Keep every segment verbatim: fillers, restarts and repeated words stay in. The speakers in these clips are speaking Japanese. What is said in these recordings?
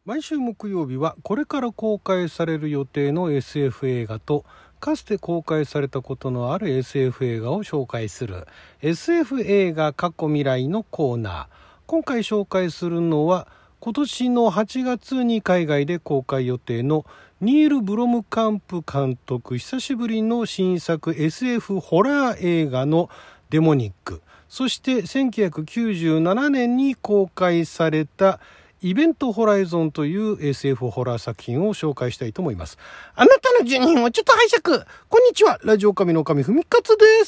毎週木曜日はこれから公開される予定の エスエフ 映画とかつて公開されたことのある エスエフ 映画を紹介する エスエフ 映画過去未来のコーナー。今回紹介するのは今年のはちがつに海外で公開予定のニール・ブロムカンプ監督久しぶりの新作 エスエフ ホラー映画のデモニック、そしてせんきゅうひゃくきゅうじゅうななねんに公開されたイベントホライゾンという エスエフ ホラー作品を紹介したいと思います。あなたのじゅうにふんをちょっと拝借。こんにちは、ラジオ神の神ふみかつです。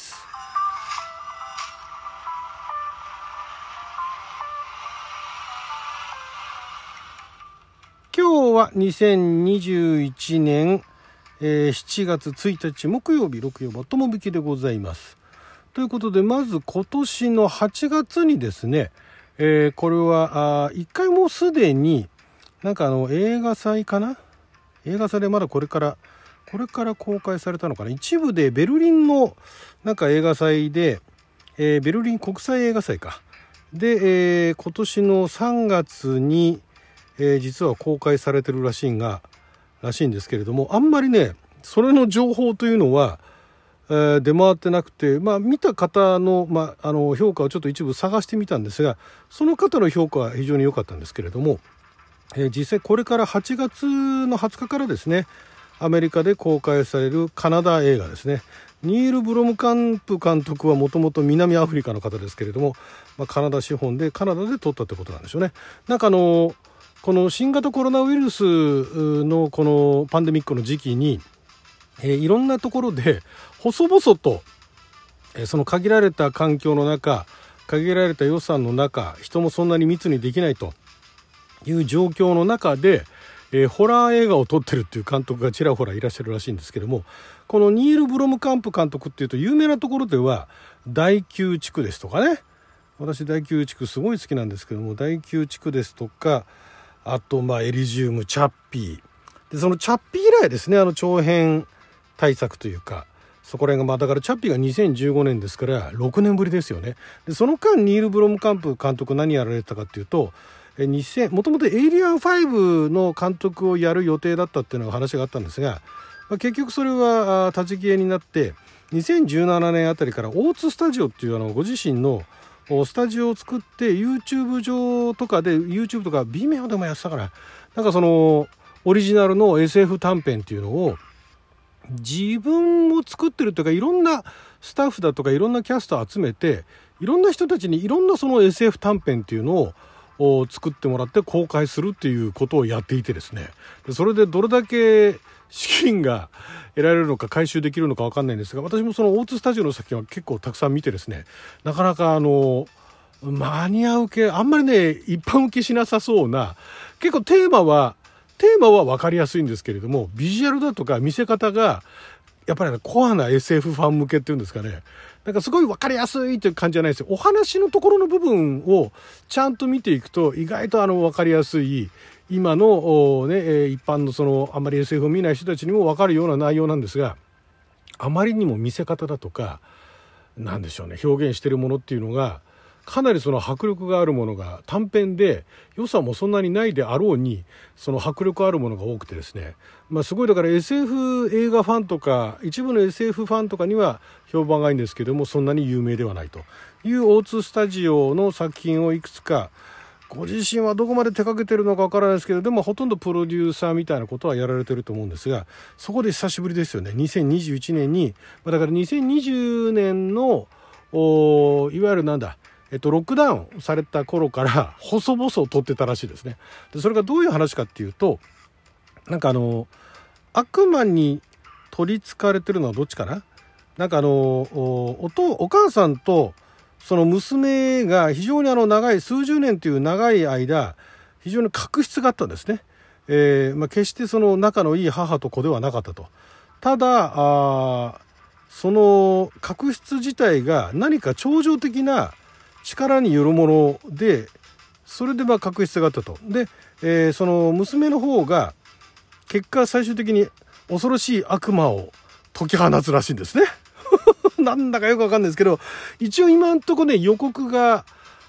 今日はにせんにじゅういちねん、えー、しちがつついたち木曜日、六曜まとも引きでございます。ということで、まず今年のはちがつにですね、えー、これはあ一回もうすでになんかあの映画祭かな映画祭でまだこれからこれから公開されたのかな、一部でベルリンのなんか映画祭で、えー、ベルリン国際映画祭かで、えー、今年のさんがつに、えー、実は公開されてるらしいんがらしいんですけれども、あんまりねそれの情報というのはえー、出回ってなくて、まあ、見た方の、まあ、あの評価をちょっと一部探してみたんですが、その方の評価は非常に良かったんですけれども、えー、実際これからはちがつのはつかからですね、アメリカで公開されるカナダ映画ですね。ニール・ブロムカンプ監督はもともと南アフリカの方ですけれども、まあ、カナダ資本でカナダで撮ったってことなんでしょうね。なんかあのこの新型コロナウイルスのこのパンデミックの時期に、えー、いろんなところで細々と、えー、その限られた環境の中、限られた予算の中、人もそんなに密にできないという状況の中で、えー、ホラー映画を撮ってるっていう監督がちらほらいらっしゃるらしいんですけども、このニール・ブロムカンプ監督っていうと有名なところでは第九地区ですとかね、私第九地区すごい好きなんですけども、第九地区ですとか、あとまあエリジウム、チャッピーで、そのチャッピー以来ですね、あの長編対策というか、そこら辺がまあだからチャッピーがにせんじゅうごねんですからろくねんぶりですよね。でその間ニール・ブロムカンプ監督何やられてたかっていうと、もともとエイリアンファイブの監督をやる予定だったっていうのが話があったんですが、まあ、結局それは立ち消えになってにせんじゅうななねんあたりからオーツスタジオっていうあのご自身のスタジオを作って YouTube 上とかで YouTube とか Vimeo でもやってたから、なんかそのオリジナルの エスエフ 短編っていうのを自分も作ってるというか、いろんなスタッフだとかいろんなキャストを集めて、いろんな人たちにいろんなその エスエフ 短編っていうのを作ってもらって公開するっていうことをやっていてですね、それでどれだけ資金が得られるのか回収できるのか分かんないんですが、私もそのオーツスタジオの作品は結構たくさん見てですね、なかなかあのマニア受け、あんまりね一般受けしなさそうな、結構テーマはテーマは分かりやすいんですけれども、ビジュアルだとか見せ方がやっぱり、ね、コアな エスエフ ファン向けっていうんですかね、なんかすごい分かりやすいという感じじゃないですよ。お話のところの部分をちゃんと見ていくと意外とあの分かりやすい、今の、ね、一般のそのあんまり エスエフ を見ない人たちにも分かるような内容なんですが、あまりにも見せ方だとかなんでしょうね、表現しているものっていうのがかなりその迫力があるものが短編で、予算もそんなにないであろうにその迫力あるものが多くてですね、まあすごいだから エスエフ 映画ファンとか一部の エスエフ ファンとかには評判がいいんですけども、そんなに有名ではないというオーツスタジオの作品をいくつか、ご自身はどこまで手掛けてるのかわからないですけど、でもほとんどプロデューサーみたいなことはやられてると思うんですが、そこで久しぶりですよね、にせんにじゅういちねんに、だからにせんにじゅうねんのいわゆるなんだえっと、ロックダウンされた頃から細々を撮ってたらしいですね。でそれがどういう話かっていうと、なんかあの悪魔に取りつかれてるのはどっちかな、なんかあの お, お, とお母さんとその娘が非常にあの長い数十年という長い間非常に確執があったんですね。えーまあ、決してその仲のいい母と子ではなかったと。ただあその確執自体が何か超常的な力によるもので、それでまあ確執があったと。で、えー、その娘の方が結果最終的に恐ろしい悪魔を解き放つらしいんですねなんだかよくわかんないですけど、一応今のところね予告が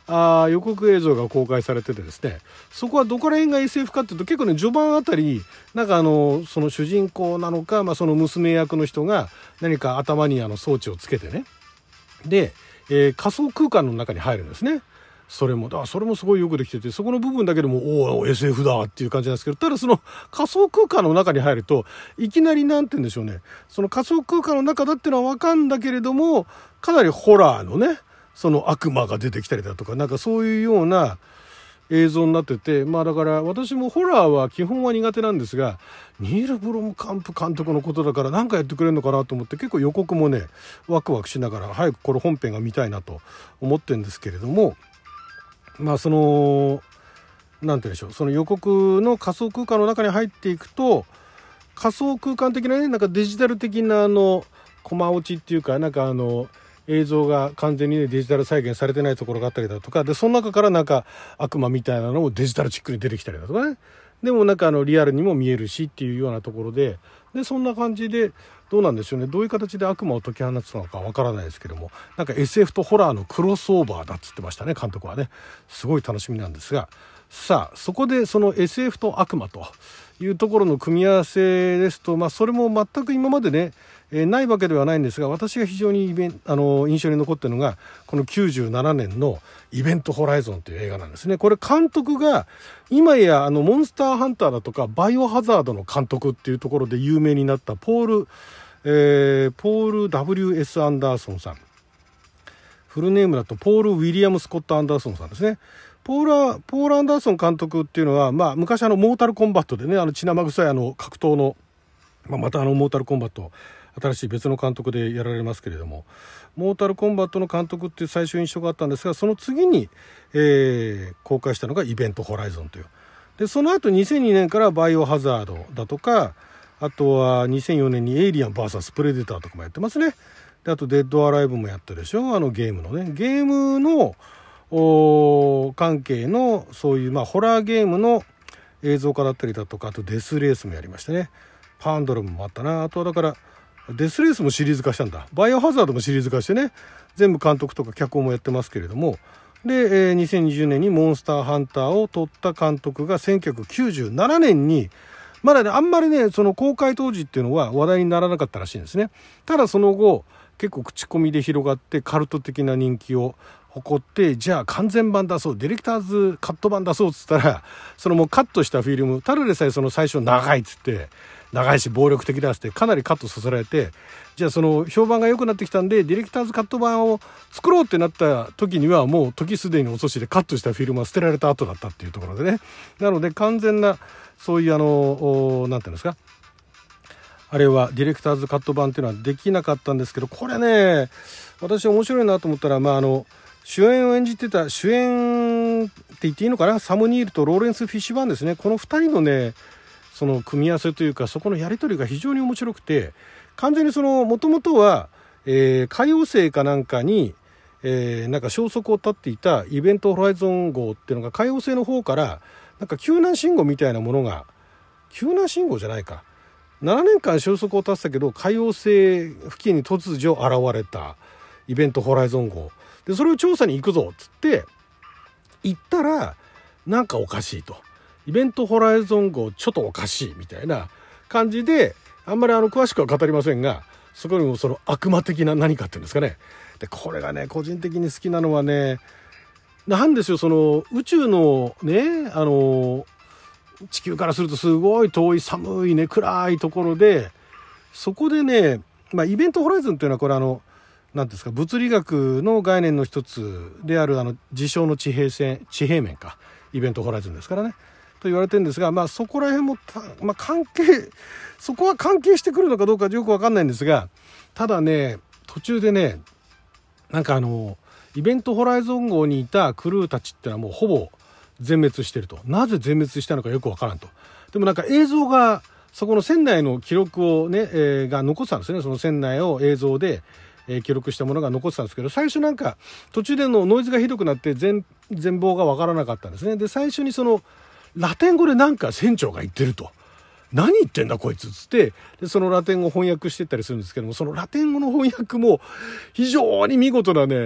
あ予告映像が公開されててですね、そこはどこら辺が エスエフ かっていうと、結構ね序盤あたりなんかあのその主人公なのか、まあ、その娘役の人が何か頭にあの装置をつけてね、で、えー、仮想空間の中に入るんですね。それもだそれもすごいよくできてて、そこの部分だけでもおお エスエフ だっていう感じなんですけど、ただその仮想空間の中に入るといきなりなんて言うんでしょうね、その仮想空間の中だっていうのは分かるんだけれども、かなりホラーのねその悪魔が出てきたりだとか、なんかそういうような映像になってて、まあだから私もホラーは基本は苦手なんですが、ニール・ブロムカンプ監督のことだから何かやってくれるのかなと思って、結構予告もねワクワクしながら早くこれ本編が見たいなと思ってるんですけれども、まあそのなんて言うんでしょう、その予告の仮想空間の中に入っていくと、仮想空間的なね、なんかデジタル的なあのコマ落ちっていうか、なんかあの映像が完全に、ね、デジタル再現されてないところがあったりだとかで、その中からなんか悪魔みたいなのもデジタルチックに出てきたりだとかね、でもなんかあのリアルにも見えるしっていうようなところで、でそんな感じでどうなんでしょうね、どういう形で悪魔を解き放つのかわからないですけども、なんか エスエフ とホラーのクロスオーバーだっつってましたね、監督はね。すごい楽しみなんですが、さあそこでその エスエフ と悪魔というところの組み合わせですと、まあそれも全く今までね、えー、ないわけではないんですが、私が非常にイベンあの印象に残っているのがこのきゅうじゅうななねんのイベントホライゾンという映画なんですね。これ監督が今やあのモンスターハンターだとかバイオハザードの監督っていうところで有名になったポール、えー、ポール ダブリューエス アンダーソンさん、フルネームだとポール・ウィリアム・スコット・アンダーソンさんですね。ポーラポール・アンダーソン監督っていうのは、まあ、昔あのモータルコンバットでね、あの血生臭いあの格闘の、まあ、またあのモータルコンバット新しい別の監督でやられますけれども、モータルコンバットの監督っていう最初印象があったんですが、その次に、えー、公開したのがイベントホライゾンという。でその後にせんにねんからバイオハザードだとか、あとはにせんよねんにエイリアン ブイエス プレデターとかもやってますね。であとデッドアライブもやったでしょ、あのゲームのね、ゲームの関係のそういうまあホラーゲームの映像化だったりだとか、あとデスレースもやりましたね。パンドルムもあったな。あとはだからデスレースもシリーズ化したんだ。バイオハザードもシリーズ化してね、全部監督とか脚本もやってますけれども、で、えー、にせんにじゅうねんにモンスターハンターを撮った監督がせんきゅうひゃくきゅうじゅうななねんに、まだねあんまりねその公開当時っていうのは話題にならなかったらしいんですね。ただその後結構口コミで広がってカルト的な人気を誇って、じゃあ完全版出そう、ディレクターズカット版出そうっつったら、そのもうカットしたフィルム、ただでさえその最初長いっつって、長いし暴力的だっつってかなりカットさせられて、じゃあその評判が良くなってきたんでディレクターズカット版を作ろうってなった時にはもう時すでに遅しでカットしたフィルムは捨てられた後だったっていうところでね、なので完全なそういうあのなんていうんですか、あれはディレクターズカット版っていうのはできなかったんですけど、これね私面白いなと思ったら、まああの主演を演じてた主演って言っていいのかな、サム・ニールとローレンス・フィッシュバーンですね。このふたりのねその組み合わせというか、そこのやり取りが非常に面白くて、完全にそのもともとは、えー、海王星かなんかに、えー、なんか消息を絶っていたイベントホライゾン号っていうのが海王星の方からなんか救難信号みたいなものが、救難信号じゃないか、ななねんかん消息を絶ってたけど海王星付近に突如現れたイベントホライゾン号で、それを調査に行くぞっつって行ったらなんかおかしいと、イベントホライゾン号ちょっとおかしいみたいな感じで、あんまりあの詳しくは語りませんが、そこにもその悪魔的な何かっていうんですかね。でこれがね個人的に好きなのはね、なんですよ、その宇宙のね、あの地球からするとすごい遠い寒いね暗いところで、そこでね、まあ、イベントホライゾンっていうのはこれあのなんですか、物理学の概念の一つであるあの事象の地平線地平面か、イベントホライゾンですからねと言われてるんですが、まあそこら辺もまあ、関係そこは関係してくるのかどうかよく分かんないんですが、ただね途中でねなんかあのイベントホライゾン号にいたクルーたちってのはもうほぼ全滅してると。なぜ全滅したのかよく分からんと。でもなんか映像がそこの船内の記録をね、えー、が残ってたんですね。その船内を映像で、えー、記録したものが残ってたんですけど、最初なんか途中でのノイズがひどくなって全全貌が分からなかったんですね。で最初にそのラテン語でなんか船長が言ってると、何言ってんだこいつっつって、でそのラテン語を翻訳してったりするんですけども、そのラテン語の翻訳も非常に見事なね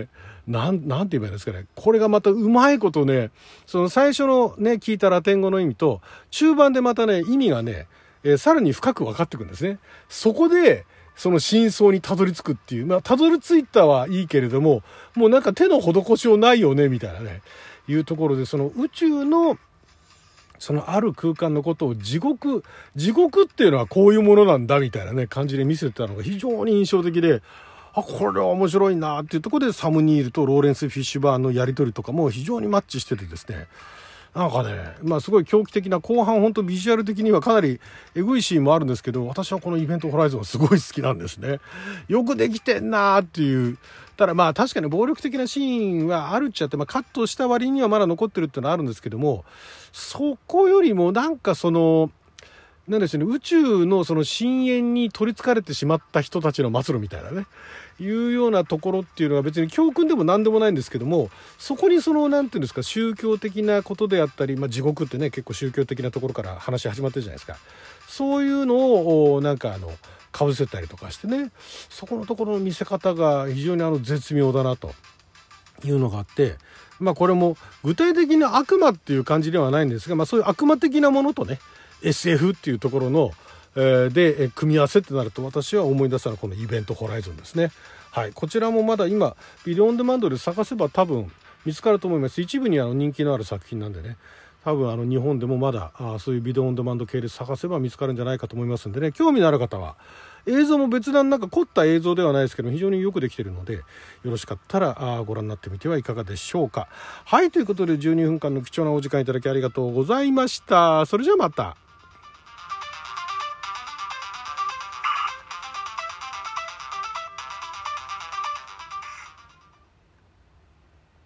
なん、なんて言えばいいんですかね。これがまたうまいことね、その最初のね、聞いたラテン語の意味と、中盤でまたね、意味がね、えー、さらに深く分かってくるんですね。そこで、その真相にたどり着くっていう、まあ、たどり着いたはいいけれども、もうなんか手の施しようないよね、みたいなね、いうところで、その宇宙の、そのある空間のことを地獄、地獄っていうのはこういうものなんだみたいなね感じで見せてたのが非常に印象的で、あ、これは面白いなっていうところでサム・ニールとローレンス・フィッシュバーンのやり取りとかも非常にマッチしててですね、なんかね、まあすごい狂気的な後半、本当ビジュアル的にはかなりエグいシーンもあるんですけど、私はこのイベントホライゾンはすごい好きなんですね。よくできてんなーっていう。ただまあ確かに暴力的なシーンはあるっちゃって、まあカットした割にはまだ残ってるっていうのはあるんですけども、そこよりもなんかその、なんでしょうね、宇宙のその深淵に取り憑かれてしまった人たちの末路みたいなね、いうようなところっていうのは別に教訓でも何でもないんですけども、そこにそのなんていうんですか、宗教的なことであったり、まあ、地獄ってね結構宗教的なところから話始まってるじゃないですか。そういうのをなんかあのかぶせたりとかしてね、そこのところの見せ方が非常にあの絶妙だなというのがあって、まあこれも具体的な悪魔っていう感じではないんですが、まあそういう悪魔的なものとね エスエフ っていうところの、えー、で組み合わせってなると、私は思い出したのはこのイベントホライゾンですね。はい、こちらもまだ今ビデオオンデマンドで探せば多分見つかると思います。一部にあの人気のある作品なんでね、多分あの日本でもまだあそういうビデオオンデマンド系で探せば見つかるんじゃないかと思いますんでね、興味のある方は映像も別段なんか凝った映像ではないですけど非常によくできているので、よろしかったらあご覧になってみてはいかがでしょうか。はい、ということでじゅうにふんかんの貴重なお時間いただきありがとうございました。それじゃあまた。